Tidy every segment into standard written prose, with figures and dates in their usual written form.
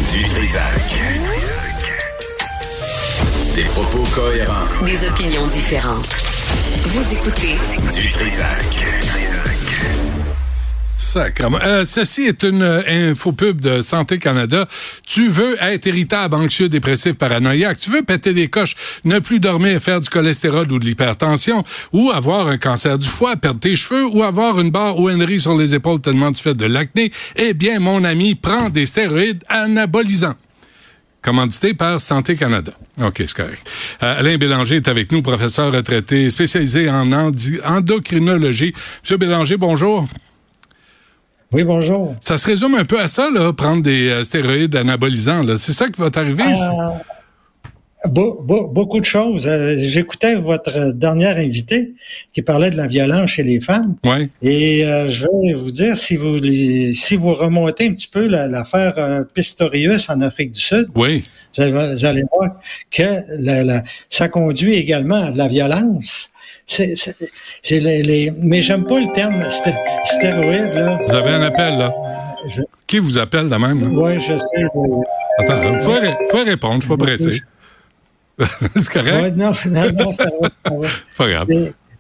Du Trisac. Des propos cohérents. Des opinions différentes. Vous écoutez Du Trisac. Sacrément. Ceci est une infopub de Santé Canada. Tu veux être irritable, anxieux, dépressif, paranoïaque. Tu veux péter des coches, ne plus dormir, faire du cholestérol ou de l'hypertension, ou avoir un cancer du foie, perdre tes cheveux, ou avoir une barre ou une ride sur les épaules tellement tu fais de l'acné. Eh bien, mon ami, prends des stéroïdes anabolisants. Commandité par Santé Canada. OK, c'est correct. Alain Bélanger est avec nous, professeur retraité, spécialisé en endocrinologie. Monsieur Bélanger, bonjour. Oui, bonjour. Ça se résume un peu à ça, là, prendre des stéroïdes anabolisants. Là. C'est ça qui va t'arriver? Beaucoup de choses. J'écoutais votre dernière invitée qui parlait de la violence chez les femmes. Oui. Et je vais vous dire, si vous remontez un petit peu l'affaire Pistorius en Afrique du Sud, oui. Vous allez voir que ça conduit également à de la violence. Mais j'aime pas le terme stéroïde, là. Vous avez un appel, là. Qui vous appelle de même? Oui, je sais. Attends, faut répondre, je suis pas pressé. C'est correct? Ouais, non, ça va. C'est pas grave.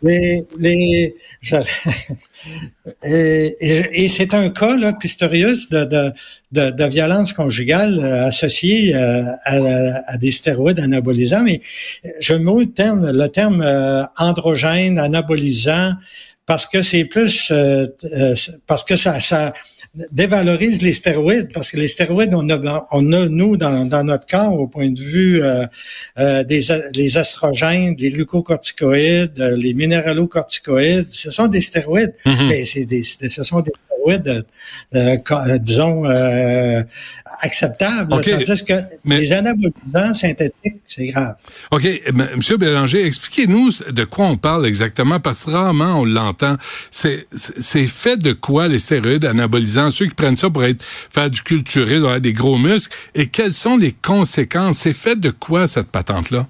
Et c'est un cas, là, Pistorius, de violence conjugale associée à des stéroïdes anabolisants, mais je mets le terme androgène, anabolisant, parce que c'est plus parce que ça dévalorise les stéroïdes, parce que les stéroïdes, on a nous dans notre corps, au point de vue les estrogènes, les glucocorticoïdes, les minéralocorticoïdes, ce sont des stéroïdes. Mm-hmm. Mais ce sont des stéroïdes, disons, acceptables. Okay. Tandis que les anabolisants synthétiques, c'est grave. OK. Monsieur Bélanger, expliquez-nous de quoi on parle exactement, parce que rarement on l'entend. C'est fait de quoi, les stéroïdes anabolisants? Ceux qui prennent ça pour faire du culturisme, avoir des gros muscles, et quelles sont les conséquences? C'est fait de quoi, cette patente-là?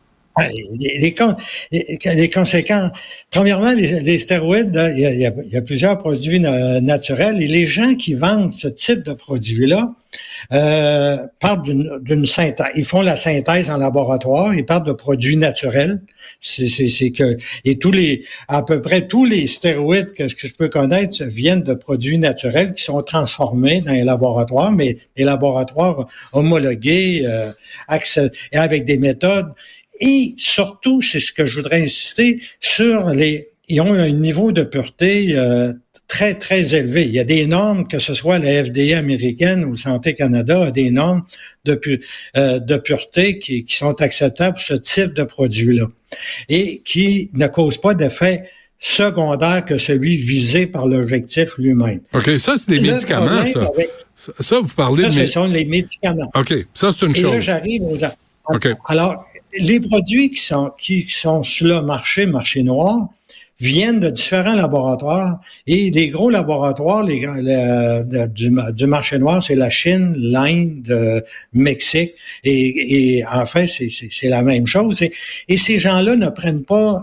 Les conséquences. Premièrement, les stéroïdes, il y a plusieurs produits naturels, et les gens qui vendent ce type de produits-là partent d'une synthèse. Ils font la synthèse en laboratoire, ils partent de produits naturels. C'est que à peu près tous les stéroïdes que je peux connaître viennent de produits naturels qui sont transformés dans les laboratoires, mais les laboratoires homologués, et avec des méthodes. Et surtout, c'est ce que je voudrais insister sur ils ont un niveau de pureté très, très élevé. Il y a des normes, que ce soit la FDA américaine ou Santé Canada, a des normes de pureté qui sont acceptables pour ce type de produit-là et qui ne causent pas d'effet secondaire que celui visé par l'objectif lui-même. OK, ça, c'est des médicaments, ça. Ça, vous parlez ce sont les médicaments. OK, ça, c'est une chose. Et là, j'arrive aux... OK. Alors, les produits qui sont sur le marché noir, viennent de différents laboratoires, et les gros laboratoires du marché noir, c'est la Chine, l'Inde, le Mexique, et en fait, c'est la même chose. Et ces gens-là ne prennent pas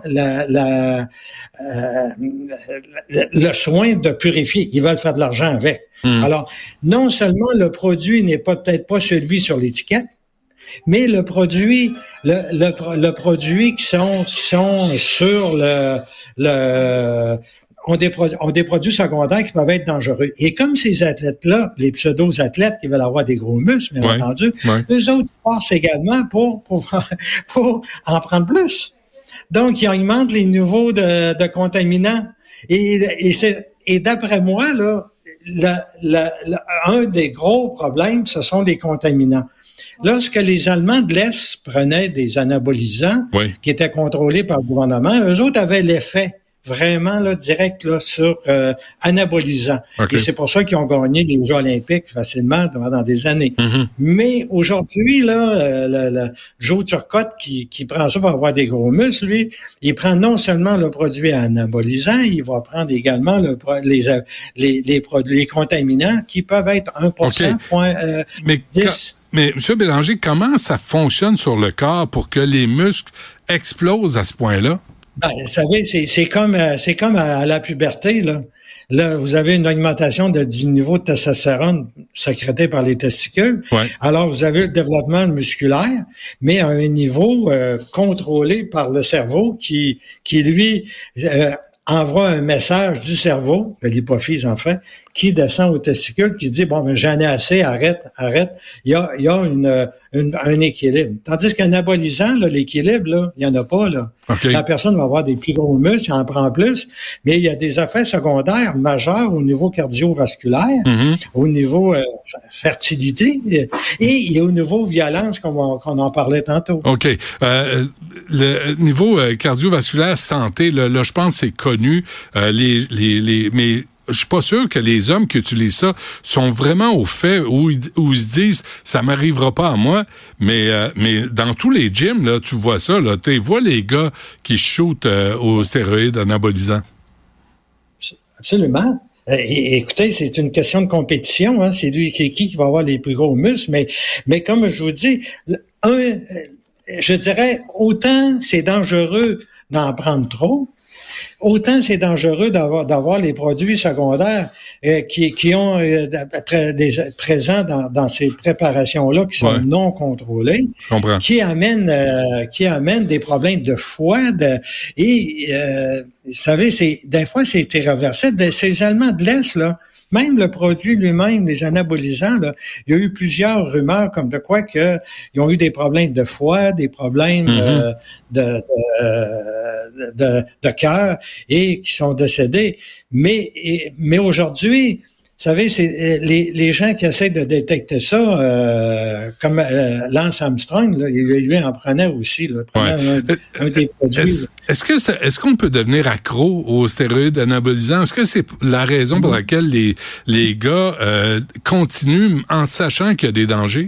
le soin de purifier. Ils veulent faire de l'argent avec. Alors, non seulement le produit n'est peut-être pas celui sur l'étiquette, mais le produit qui sont sur ont des produits secondaires qui peuvent être dangereux. Et comme ces athlètes-là, les pseudo-athlètes qui veulent avoir des gros muscles, bien entendu, eux autres forcent également pour en prendre plus. Donc, ils augmentent les niveaux de contaminants. Et d'après moi, là, un des gros problèmes, ce sont les contaminants. Lorsque les Allemands de l'Est prenaient des anabolisants qui étaient contrôlés par le gouvernement, eux autres avaient l'effet vraiment direct sur anabolisant. Okay. Et c'est pour ça qu'ils ont gagné les Jeux olympiques facilement pendant des années. Mm-hmm. Mais aujourd'hui, Joe Turcotte qui prend ça pour avoir des gros muscles, lui, il prend non seulement le produit anabolisant, il va prendre également les contaminants qui peuvent être 1%, okay. 10%. Mais, M. Bélanger, comment ça fonctionne sur le corps pour que les muscles explosent à ce point-là? Ben, vous savez, c'est comme à la puberté, là. là, vous avez une augmentation du niveau de testostérone sécrété par les testicules. Ouais. Alors, vous avez le développement musculaire, mais à un niveau contrôlé par le cerveau qui lui envoie un message du cerveau, de l'hypophyse en fait, qui descend aux testicules, qui dit, bon, mais j'en ai assez, arrête. Il y a un équilibre. Tandis qu'un anabolisant, là, l'équilibre, là, il n'y en a pas, là. Okay. La personne va avoir des plus gros muscles, elle en prend plus, mais il y a des effets secondaires majeurs au niveau cardiovasculaire, au niveau fertilité, et au niveau violence, qu'on en parlait tantôt. OK. Le niveau cardiovasculaire santé, là, je pense que c'est connu. Mais je suis pas sûr que les hommes qui utilisent ça sont vraiment au fait où ils se disent ça m'arrivera pas à moi, mais dans tous les gyms là, tu vois ça là, tu vois les gars qui shootent aux stéroïdes anabolisants. Absolument. Écoutez, c'est une question de compétition, hein, c'est qui va avoir les plus gros muscles, mais comme je vous dis, je dirais autant c'est dangereux d'en prendre trop, autant c'est dangereux d'avoir les produits secondaires qui ont présents dans ces préparations-là qui sont non contrôlées, qui amènent des problèmes de foie vous savez, des fois c'est irréversible. C'est les Allemands de l'Est là. Même le produit lui-même, les anabolisants, là, il y a eu plusieurs rumeurs comme de quoi que ils ont eu des problèmes de foie, des problèmes de cœur et qui sont décédés. Mais aujourd'hui, vous savez, c'est les gens qui essaient de détecter ça, comme Lance Armstrong, là, lui en prenait aussi, là, un des produits. Est-ce qu'on peut devenir accro aux stéroïdes anabolisants? Est-ce que c'est la raison pour laquelle les gars continuent en sachant qu'il y a des dangers?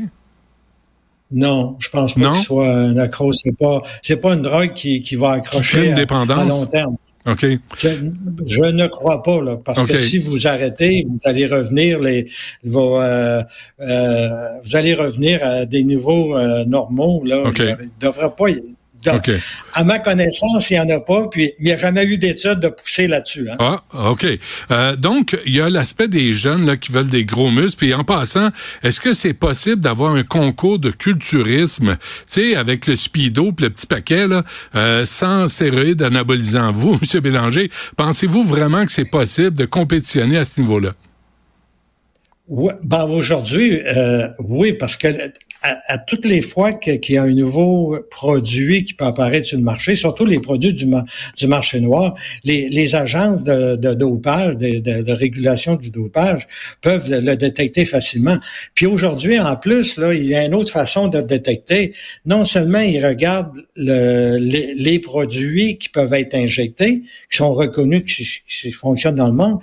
Non, je pense pas qu'il soit un accro. C'est pas une drogue qui va accrocher à long terme. OK. Je ne crois pas, là, parce que si vous arrêtez, vous allez revenir vous allez revenir à des niveaux normaux, là. Il devrait pas. À ma connaissance, il n'y en a pas, puis il n'y a jamais eu d'études de pousser là-dessus. Hein? Ah, OK. Donc, il y a l'aspect des jeunes là qui veulent des gros muscles. Puis en passant, est-ce que c'est possible d'avoir un concours de culturisme, tu sais, avec le speedo puis le petit paquet, là, sans stéroïdes anabolisants? Vous, M. Bélanger, pensez-vous vraiment que c'est possible de compétitionner à ce niveau-là? Oui, aujourd'hui, oui, parce que à toutes les fois qu'il y a un nouveau produit qui peut apparaître sur le marché, surtout les produits du marché noir, les agences de dopage, de régulation du dopage peuvent le détecter facilement. Puis aujourd'hui, en plus, là, il y a une autre façon de le détecter. Non seulement ils regardent les produits qui peuvent être injectés, qui sont reconnus, qui fonctionnent dans le monde,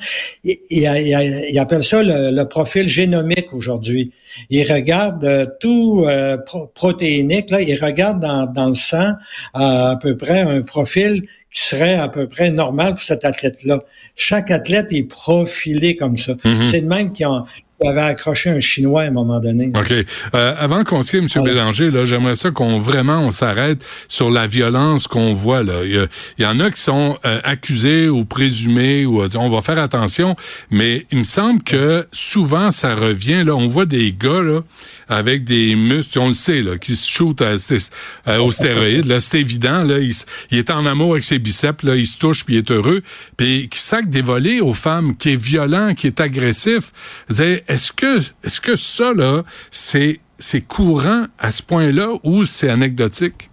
ils appellent ça le profil génomique aujourd'hui. Ils regardent tout protéinique, là, ils regardent dans le sang à peu près un profil qui serait à peu près normal pour cet athlète-là. Chaque athlète est profilé comme ça. C'est de même qu'ils avait accroché un Chinois à un moment donné. OK. Avant qu'on se quitte, M. Bélanger, là, j'aimerais ça on s'arrête sur la violence qu'on voit, là. Il y en a qui sont accusés ou présumés, ou on va faire attention, mais il me semble que souvent ça revient, là, on voit des gars, là, avec des muscles, on le sait, là, qui se shootent aux stéroïdes, là, c'est évident, là, il est en amour avec ses biceps, là, il se touche puis il est heureux, puis qui sac des volets aux femmes, qui est violent, qui est agressif. Est-ce que ça, là, c'est courant à ce point-là ou c'est anecdotique?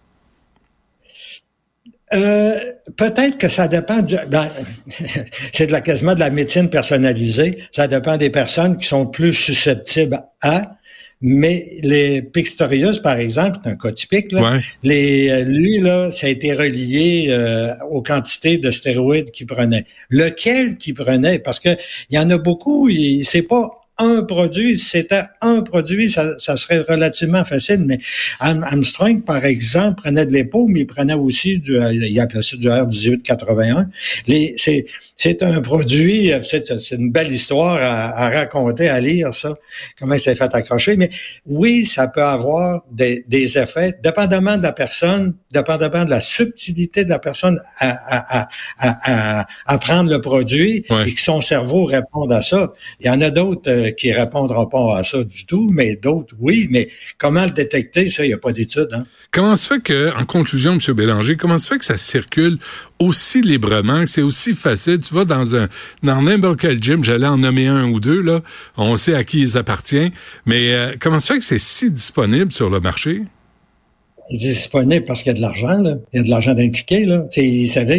Peut-être que ça dépend c'est quasiment de la médecine personnalisée. Ça dépend des personnes qui sont plus susceptibles mais les Pistorius, par exemple, c'est un cas typique, là. Lui, là, ça a été relié aux quantités de stéroïdes qu'il prenait. Lequel qu'il prenait? Parce que il y en a beaucoup, c'est pas un produit. Si c'était un produit, ça serait relativement facile. Mais Armstrong, par exemple, prenait de l'épaule, mais il prenait aussi il appelait ça du R1881. C'est un produit, c'est une belle histoire à raconter, à lire, ça, comment il s'est fait accrocher. Mais oui, ça peut avoir des effets, dépendamment de la personne, dépendamment de la subtilité de la personne à prendre le produit, et que son cerveau réponde à ça. Il y en a d'autres qui répondront pas à ça du tout, mais d'autres, oui. Mais comment le détecter, ça, il n'y a pas d'études. Hein? Comment se fait que, en conclusion, M. Bélanger, comment se fait que ça circule aussi librement, que c'est aussi facile? Tu vas dans n'importe quel gym, j'allais en nommer un ou deux, là, on sait à qui ils appartiennent, mais comment se fait que c'est si disponible sur le marché? Il est disponible parce qu'il y a de l'argent, là. Il y a de l'argent d'impliqué, là. Vous savez,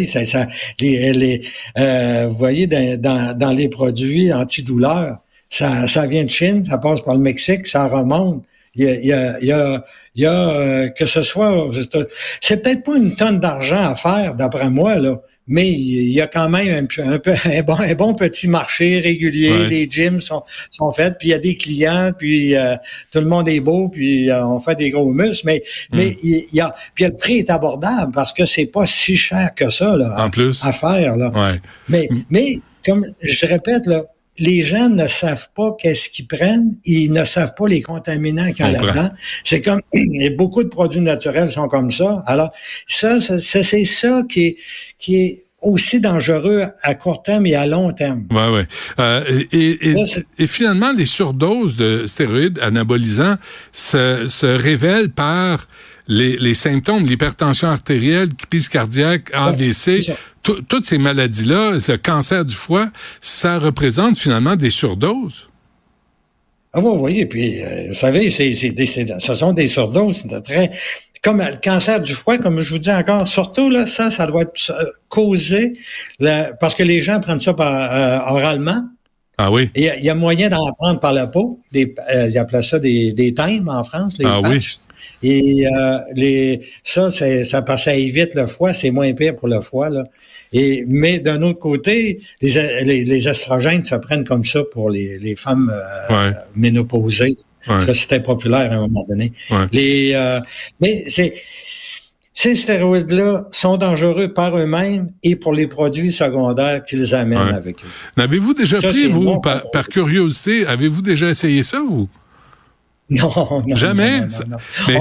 vous voyez, dans les produits antidouleurs, ça vient de Chine, ça passe par le Mexique, ça remonte. Il y a que ce soit, c'est peut-être pas une tonne d'argent à faire, d'après moi, là. Mais il y a quand même un bon petit marché régulier. Ouais. Les gyms sont faits, puis il y a des clients, puis tout le monde est beau, puis on fait des gros muscles. Mais puis le prix est abordable parce que c'est pas si cher que ça là, à faire là. Ouais. Mais comme je répète là, les gens ne savent pas qu'est-ce qu'ils prennent, ils ne savent pas les contaminants qu'il y a là-dedans. C'est comme et beaucoup de produits naturels sont comme ça. Alors c'est ça qui est aussi dangereux à court terme et à long terme. Ouais. Et finalement, les surdoses de stéroïdes anabolisants se révèlent par les symptômes, l'hypertension artérielle, crise cardiaque, AVC, toutes ces maladies-là, ce cancer du foie, ça représente finalement des surdoses. Ah oui, oui, et puis, vous savez, ce sont des surdoses, c'est très... Comme le cancer du foie, comme je vous dis encore, surtout là, ça doit être causé parce que les gens prennent ça oralement. Ah oui. Et il y a moyen d'en prendre par la peau. Ils appellent ça des thèmes en France, les patchs. Oui. Et ça parce que ça évite le foie, c'est moins pire pour le foie là. Mais d'un autre côté, les estrogènes se prennent comme ça pour les femmes ménopausées. Parce que c'était populaire à un moment donné. Ouais. Mais ces stéroïdes-là sont dangereux par eux-mêmes et pour les produits secondaires qu'ils amènent avec eux. N'avez-vous déjà pris, vous, par curiosité, avez-vous déjà essayé ça, vous? Non. Jamais? Non. Mais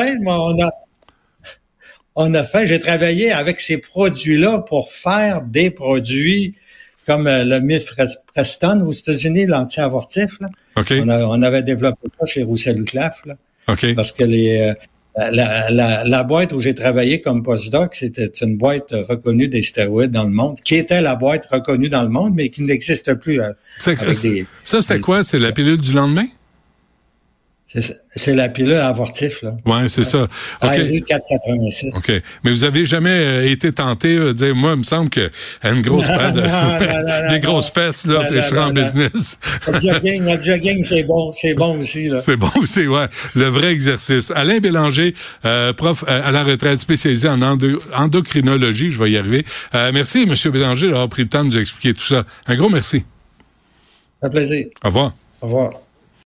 on a fait, j'ai travaillé avec ces produits-là pour faire des produits comme le Mifepristone aux États-Unis, l'anti-avortif. Là. Okay. On avait développé ça chez Roussel-Claf. Parce que la boîte où j'ai travaillé comme postdoc, c'était une boîte reconnue des stéroïdes dans le monde, qui était la boîte reconnue dans le monde, mais qui n'existe plus. Ça, c'était quoi? C'est la pilule du lendemain? C'est la pilule avortif, là. Ouais, c'est ça. Okay. 486. OK. Mais vous avez jamais été tenté de dire, moi, il me semble que une grosse des grosses fesses, là, puis je serai en business. Le jogging, c'est bon aussi, là. C'est bon aussi, ouais. Le vrai exercice. Alain Bélanger, prof à la retraite spécialisé en endocrinologie, je vais y arriver. Merci, M. Bélanger, d'avoir pris le temps de nous expliquer tout ça. Un gros merci. Un plaisir. Au revoir. Au revoir.